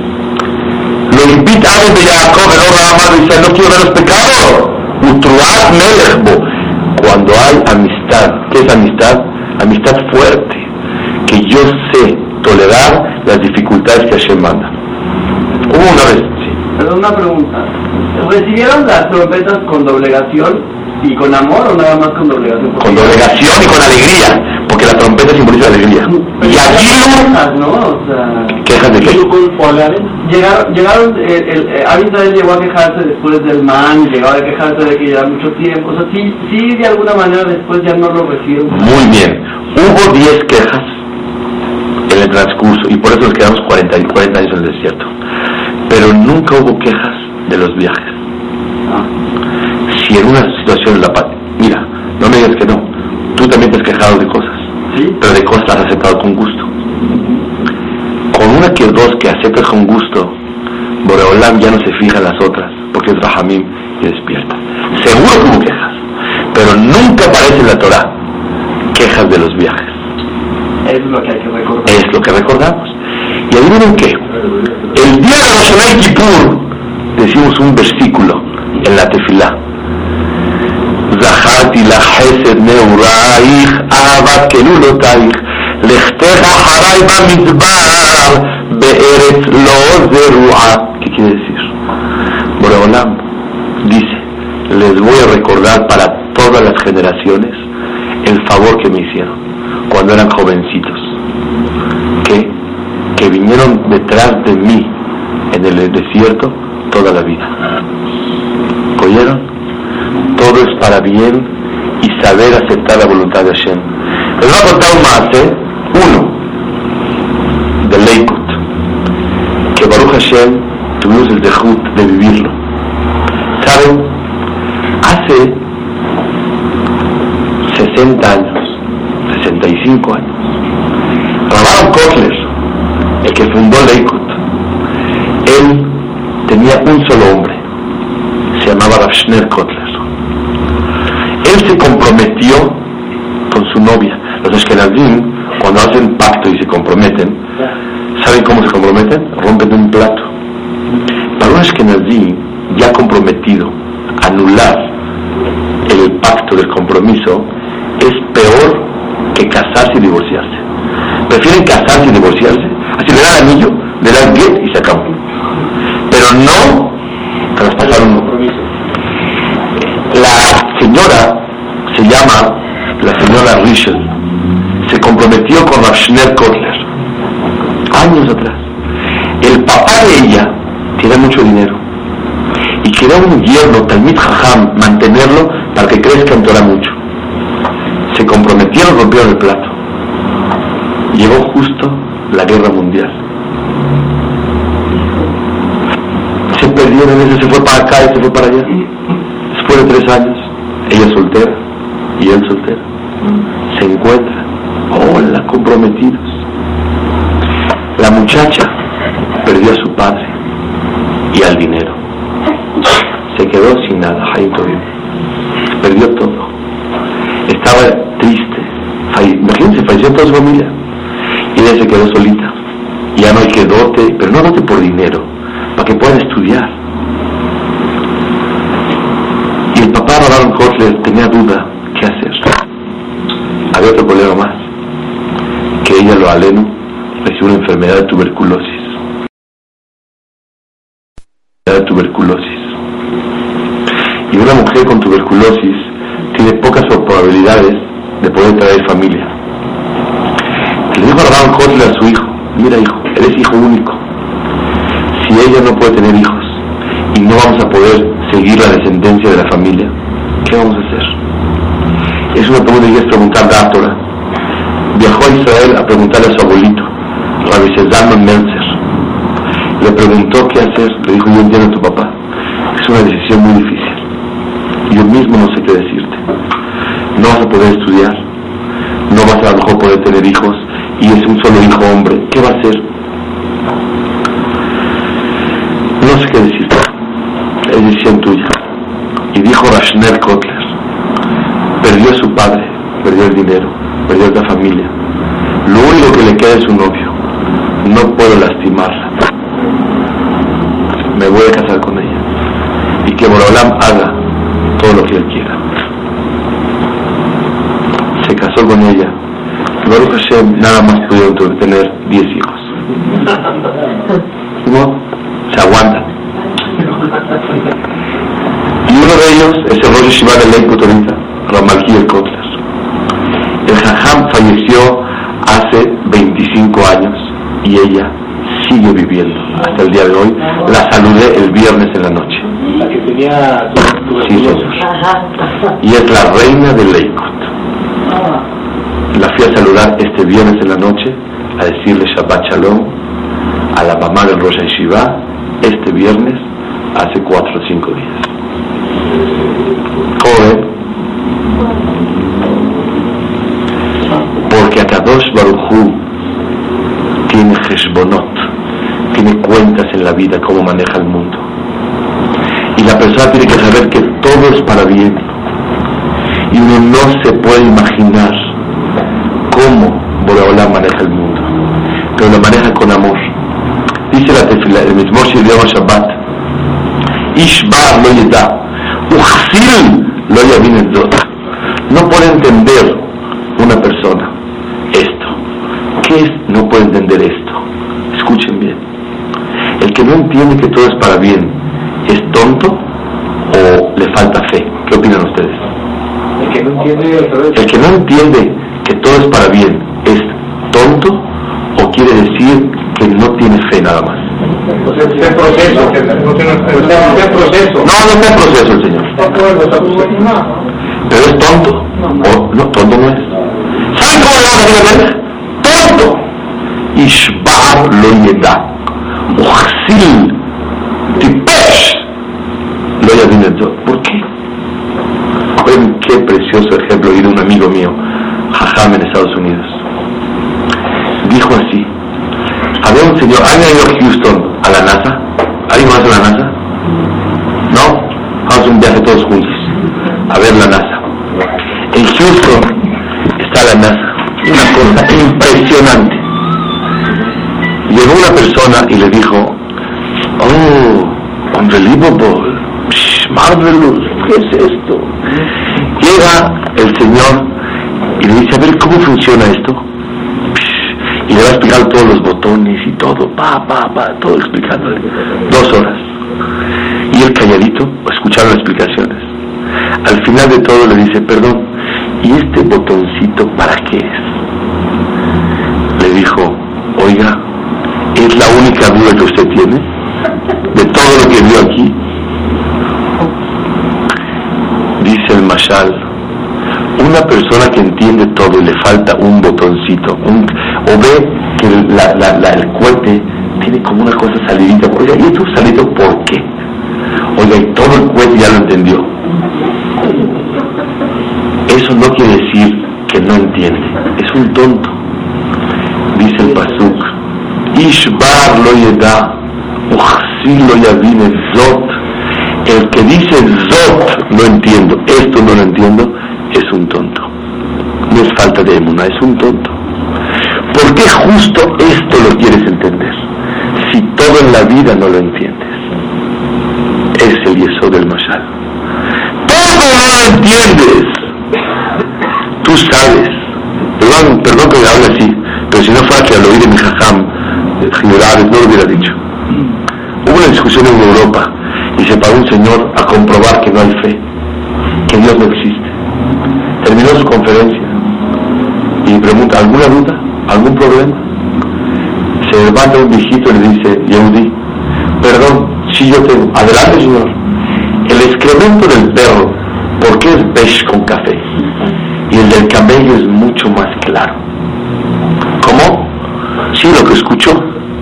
Lo invita a alguien de Jacob, el hombre amado, y dice, no quiero ver los pecados, Utruat Melechbo. Cuando hay amistad amistad. ¿Qué es amistad? Amistad fuerte, que yo sé tolerar las dificultades que Hashem manda. Hubo una vez, sí. Pero una pregunta, ¿recibieron las trompetas con doblegación y con amor o nada más con doblegación? Con doblegación y con alegría, porque la trompeta simboliza alegría. Y aquí quejas, ¿no? O sea, ¿quejas de qué? Llegaron, llegaron el, el, el Am Israel llegó a quejarse después del man, llegó a quejarse de que lleva mucho tiempo, o sea, sí, sí de alguna manera después ya no lo recibieron. Muy bien, hubo diez quejas en el transcurso, y por eso nos quedamos cuarenta, cuarenta años en el desierto, pero nunca hubo quejas de los viajes. Si en una situación en la paz, mira, no me digas que no, tú también te has quejado de cosas, ¿sí? Pero de cosas las has aceptado con gusto. Con una que dos que aceptas con gusto, Boreolam ya no se fija en las otras, porque es Rahamim y despierta. Seguro que hubo quejas, pero nunca aparece en la Torah quejas de los viajes. Es lo que hay que recordar. Es lo que recordamos. Y adivinen qué, el día de Rosh Hashanah y Kippur decimos un versículo en la tefilá. Zaharti la Hesed Neuraich Ahavat Kelulotayich Lechtecha Haray Bamidbar Be'eretz Lo Zerua. ¿Qué quiere decir? Boreolam dice, les voy a recordar para todas las generaciones el favor que me hicieron cuando eran jovencitos, que, que vinieron detrás de mí en el desierto toda la vida. ¿Oyeron? Todo es para bien y saber aceptar la voluntad de Hashem. Les voy a contar un más, ¿eh? Uno, de Leikut, que Baruch Hashem tuvimos el dejut de vivirlo. ¿Saben? Hace sesenta años, sesenta y cinco años, Rabban Kotler, el que fundó Leikut, él tenía un solo hombre, se llamaba Rav Shneur Kotler. Él se comprometió con su novia. Los Ashkenazim, cuando hacen pacto y se comprometen, ¿saben cómo se comprometen? Rompen un plato. Para un Ashkenazim ya comprometido, anular el pacto del compromiso es peor que casarse y divorciarse. Prefieren casarse y divorciarse. Así le dan anillo, le dan get y se acabó. Pero no traspasar un compromiso. La señora se llama la señora Rishon, se comprometió con Rav Shneur Kotler años atrás. El papá de ella tiene mucho dinero y quería un yerno Talmid Jajam, mantenerlo para que crezca en Torah mucho. Se comprometieron, rompieron el plato. Llegó justo la guerra mundial, se perdieron, ese se fue para acá y se fue para allá. Después de tres años, ella soltera y él soltero, se encuentran, hola, comprometidos. La muchacha perdió a su padre y al dinero, se quedó sin nada, Jaim Tovim, perdió todo, estaba triste, Falle... imagínense, falleció toda su familia y ella se quedó solita. Ya no hay que dote, pero no dote por dinero, para que puedan estudiar. Y el papá Rabban Kotler tenía duda qué hacer. Había otro problema más, que ella, lo aleno, recibió una enfermedad de tuberculosis. De tuberculosis. Y una mujer con tuberculosis tiene pocas probabilidades de poder traer familia. Le dijo a Rabban Kotler a su hijo, mira hijo, eres hijo único. Si ella no puede tener hijos y no vamos a poder seguir la descendencia de la familia, ¿qué vamos a hacer? Es una pregunta que quieres preguntar a la Torah. Viajó a Israel a preguntarle a su abuelito, Rabbi Zalman Meltzer. Le preguntó qué hacer. Le dijo, yo entiendo a tu papá, es una decisión muy difícil. Yo mismo no sé qué decirte. No vas a poder estudiar, no vas a lo mejor poder tener hijos, y es un solo hijo hombre. ¿Qué va a hacer? No sé qué decirte, es decisión tuya. Y dijo Rav Shneur Kotler, perdió a su padre, perdió el dinero, perdió a la familia. Lo único que le queda es su novio. No puedo lastimarla. Me voy a casar con ella. Y que Boreolam haga todo lo que él quiera. Hashem nada más pudieron tener diez hijos. ¿No? Se aguantan. Y uno de ellos es el Rosh Yeshiva de Lakewood ahorita, Ramalkiel Kotler. El Jajam falleció hace veinticinco años y ella sigue viviendo hasta el día de hoy. La saludé el viernes en la noche. La que tenía... Sí, señor. Y es la reina de Lakewood. La fui a saludar este viernes en la noche, a decirle Shabbat Shalom a la mamá del Rosh Yeshiva este viernes, hace cuatro o cinco días. Joven, porque Akadosh Baruj Hu tiene Heshbonot, tiene cuentas en la vida, cómo maneja el mundo. Y la persona tiene que saber que todo es para bien. Y uno no se puede imaginar cómo Boreolam maneja el mundo, pero lo maneja con amor. Dice la tefila, el mismo Shiriyam Shabbat, Ishbar lo yeda, Uchsil lo yavin etzot. No puede entender una persona esto. ¿Qué es? No puede entender esto. Escuchen bien. El que no entiende que todo es para bien, ¿es tonto o le falta fe? ¿Qué opinan ustedes? El que no entiende... El que no entiende que todo es para bien, ¿es tonto o quiere decir que no tiene fe nada más? O sea, está en proceso. O sea, está en proceso. No, no está en proceso el señor. Pero es tonto. O, no, tonto no es. ¿Saben cómo le vamos a decir? Tonto. Ishbar lo yeda. Uchsil. Tipesh. Lo yavin etzot. ¿Por qué? Ven qué precioso ejemplo oí de un amigo mío, Jajam en Estados Unidos. Dijo así: había un señor, ¿alguien ha ido a Houston a la NASA? ¿Alguien más a la NASA? ¿No? Vamos a un viaje todos juntos a ver la NASA. En Houston está la NASA, una cosa impresionante. Llegó una persona y le dijo: oh, unbelievable, psh, marvelous, ¿qué es esto? Llega el señor y le dice: a ver, ¿cómo funciona esto? Y le va a explicar todos los botones y todo, pa, pa, pa, todo explicándole. Dos horas. Y él calladito, escuchando las explicaciones. Al final de todo le dice: perdón, ¿y este botoncito para qué es? Le dijo: oiga, ¿es la única duda que usted tiene de todo lo que vio aquí? Dice el Mashal: una persona que entiende todo y le falta un botoncito, un, o ve que la, la, la, el cohete tiene como una cosa salidita, oiga, ¿y esto salidito por qué? Oiga, y todo el cohete ya lo entendió. Eso no quiere decir que no entiende, es un tonto. Dice el Pasuk: Ishbar lo yeda, Uchsil lo yavin etzot. El que dice Zot, no entiendo, esto no lo entiendo, es un tonto. No es falta de emuná, es un tonto. ¿Por qué justo esto lo quieres entender? Si todo en la vida no lo entiendes. Es el yesod del Mashal. Todo no lo entiendes. Tú sabes. Perdón, perdón que me hable así, pero si no fuera que al oír de mi jajam, generales, no lo hubiera dicho. Hubo una discusión en Europa y se paró un señor a comprobar que no hay fe, que Dios no existe. Terminó su conferencia y pregunta: ¿alguna duda? ¿Algún problema? Se levanta un viejito y le dice: Yehudi, perdón, si yo tengo. Adelante, señor. El excremento del perro, ¿por qué es beige con café? Y el del camello es mucho más claro. ¿Cómo? Sí, lo que escuchó.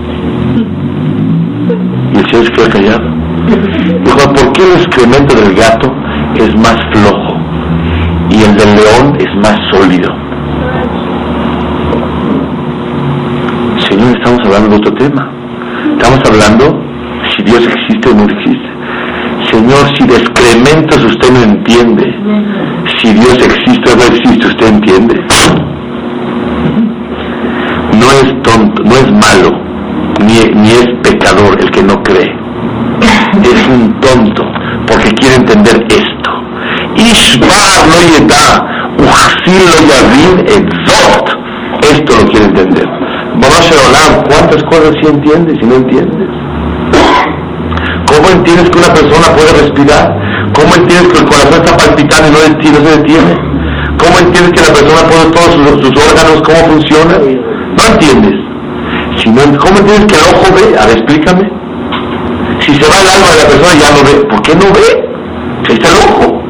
Y el señor se quedó callado. Dijo: ¿por qué el excremento del gato es más flojo y el del león es más sólido? Señor, estamos hablando de otro tema. Estamos hablando si Dios existe o no existe. Señor, si de excrementos usted no entiende, si Dios existe o no existe, ¿usted entiende? No es tonto, no es malo, ni, ni es pecador el que no cree. Es un tonto porque quiere entender esto. Ishbar lo yeda, Uchsil lo yavin etzot. esto lo quiere entender. Vamos a Olam, ¿cuántas cosas sí entiendes y no entiendes? ¿Cómo entiendes que una persona puede respirar? ¿Cómo entiendes que el corazón está palpitando y no, no se detiene? ¿Cómo entiendes que la persona puede todos sus, sus órganos, cómo funcionan? No entiendes. Si no, ¿cómo entiendes que el ojo ve? A ver, explícame. Si se va el alma de la persona ya no ve. ¿Por qué no ve? Ahí está el ojo.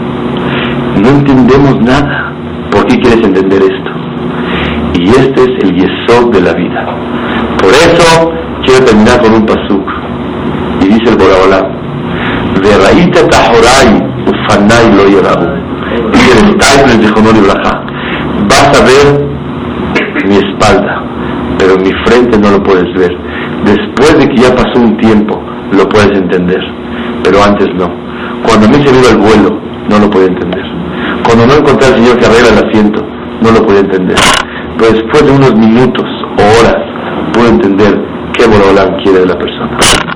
No entendemos nada. ¿Por qué quieres entender esto? Y este es el yesod de la vida. Por eso quiero terminar con un pasuk. Y dice el Boraholam: Verraíta tahorai ufanai lo yerahu. Dice el Taifles de Jonor y Braja: vas a ver mi espalda, pero mi frente no lo puedes ver. Después de que ya pasó un tiempo, lo puedes entender, pero antes no. Cuando a mí se me iba el vuelo, no lo podía entender. Cuando no encontré al Señor que arregla el asiento, no lo podía entender. Pero después de unos minutos o horas, puedo entender qué Boraholam quiere de la persona.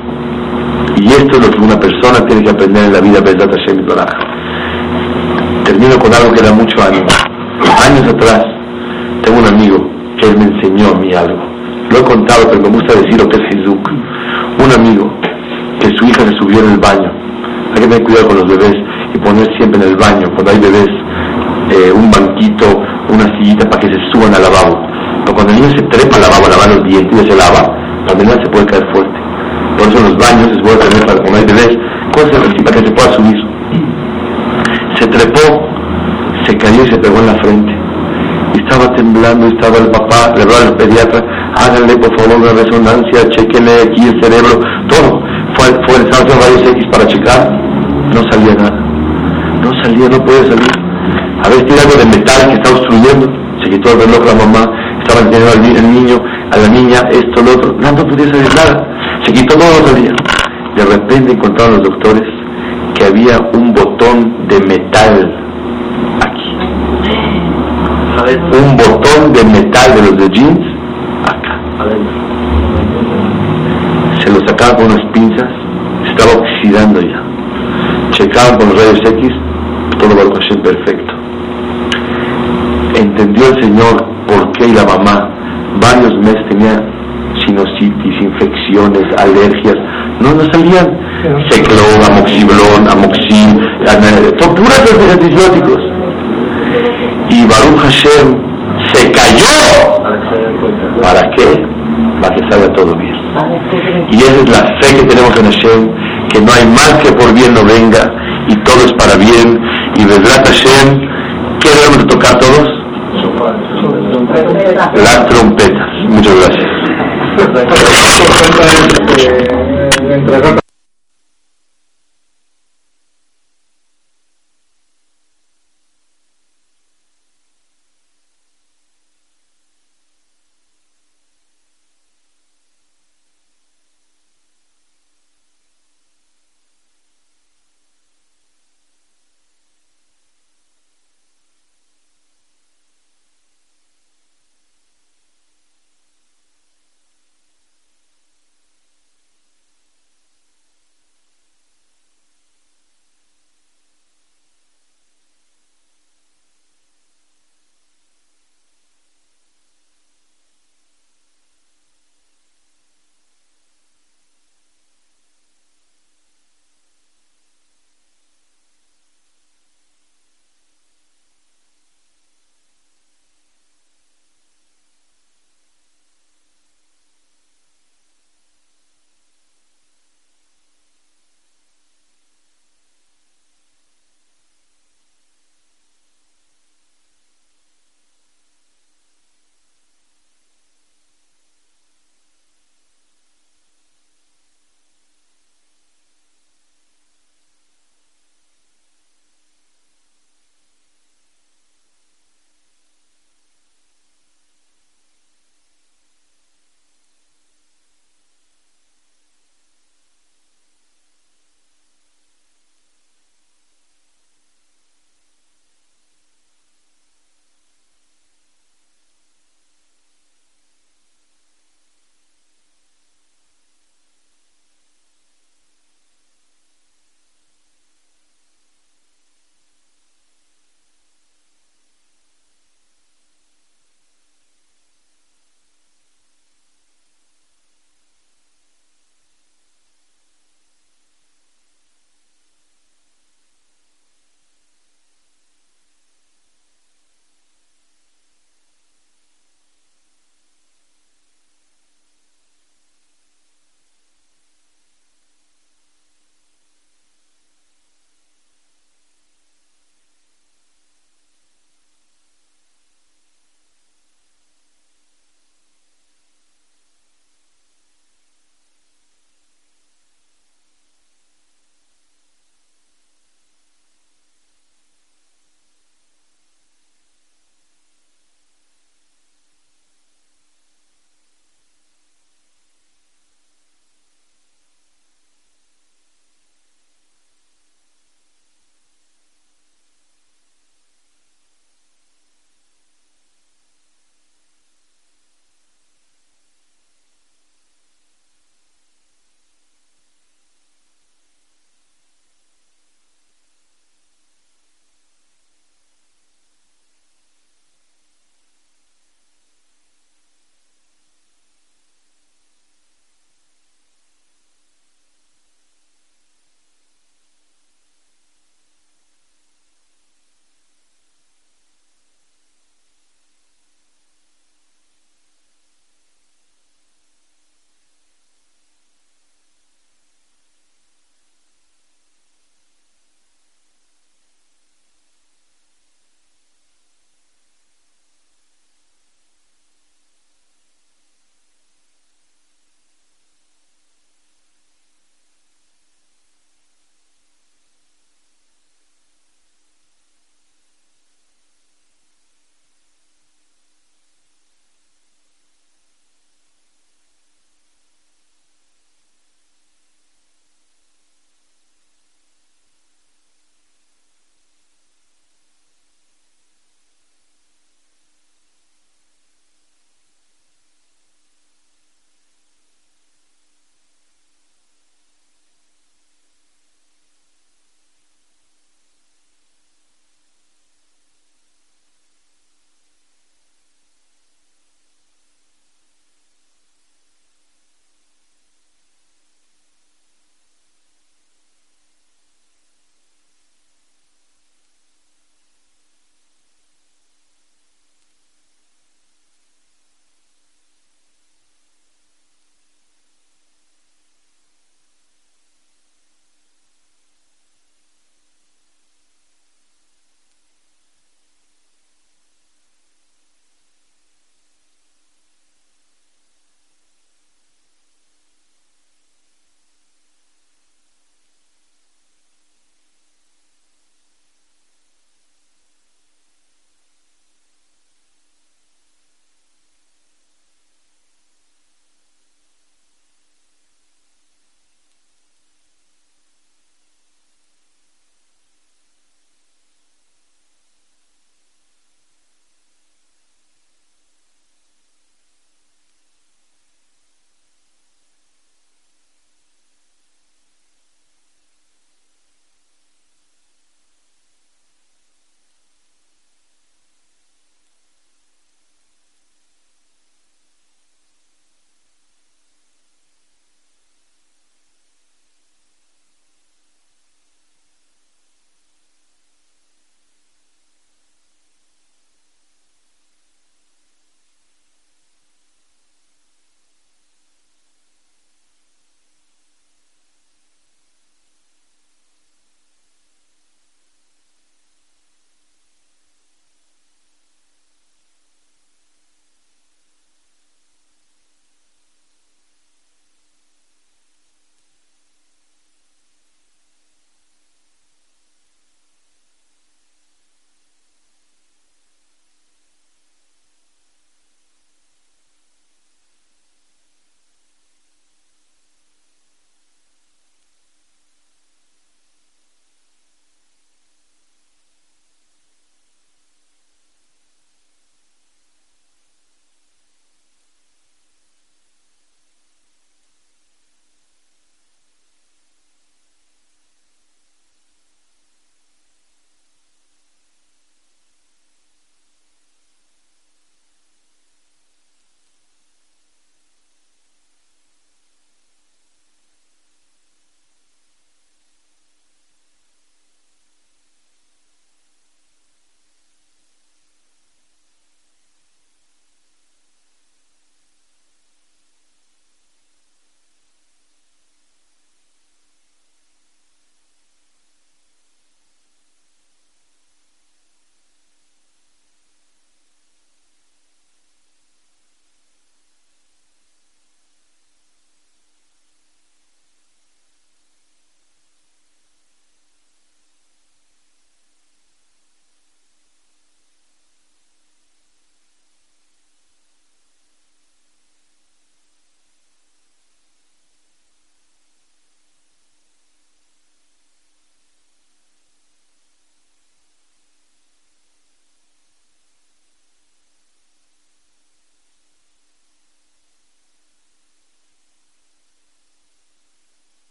Y esto es lo que una persona tiene que aprender en la vida. Bezrat Hashem Yitbaraj. Termino con algo que da mucho ánimo. Años atrás, tengo un amigo que él me enseñó a mí algo. Lo he contado, pero me gusta decir lo que es Hizuk. Un amigo que su hija se subió en el baño. Hay que tener cuidado con los bebés y poner siempre en el baño, cuando hay bebés, eh, un banquito, una sillita para que se suban al lavabo. Pero cuando el niño se trepa al lavabo, lava los dientes y se lava, también se puede caer fuerte. Por eso en los baños es bueno tener, para cuando hay bebés, cosas así para que se pueda subir. Se trepó, se cayó y se pegó en la frente. Y estaba temblando, estaba el papá, le hablaba al pediatra: háganle por favor una resonancia, chequenle aquí el cerebro, todo. Fue, fue el Samsung Rayos X para checar, no salía nada. No salía, no puede salir. A ver, tiene algo de metal que está obstruyendo. Se quitó el reloj la mamá, estaba enseñando al el niño, a la niña, esto, lo otro. No, no podía salir nada. Se quitó todo, no salía. De repente encontraron los doctores que había un botón de metal aquí. Un botón de metal de los de jeans acá. Se lo sacaban con unas pinzas, se estaba oxidando ya. Checaban con los rayos X, todo Baruch Hashem perfecto. Entendió el Señor por qué, y la mamá varios meses tenía sinusitis, infecciones, alergias, no, no salían. Ciclón, amoxicilón, amoxil, son puras antibióticos. Y Baruch Hashem se cayó. ¿Para qué? Para que salga todo bien. Y esa es la fe que tenemos en Hashem, que no hay mal que por bien no venga, y todo es para bien. Y Bezrat Hashem, ¿qué debemos de tocar todos? Las trompetas. Muchas gracias.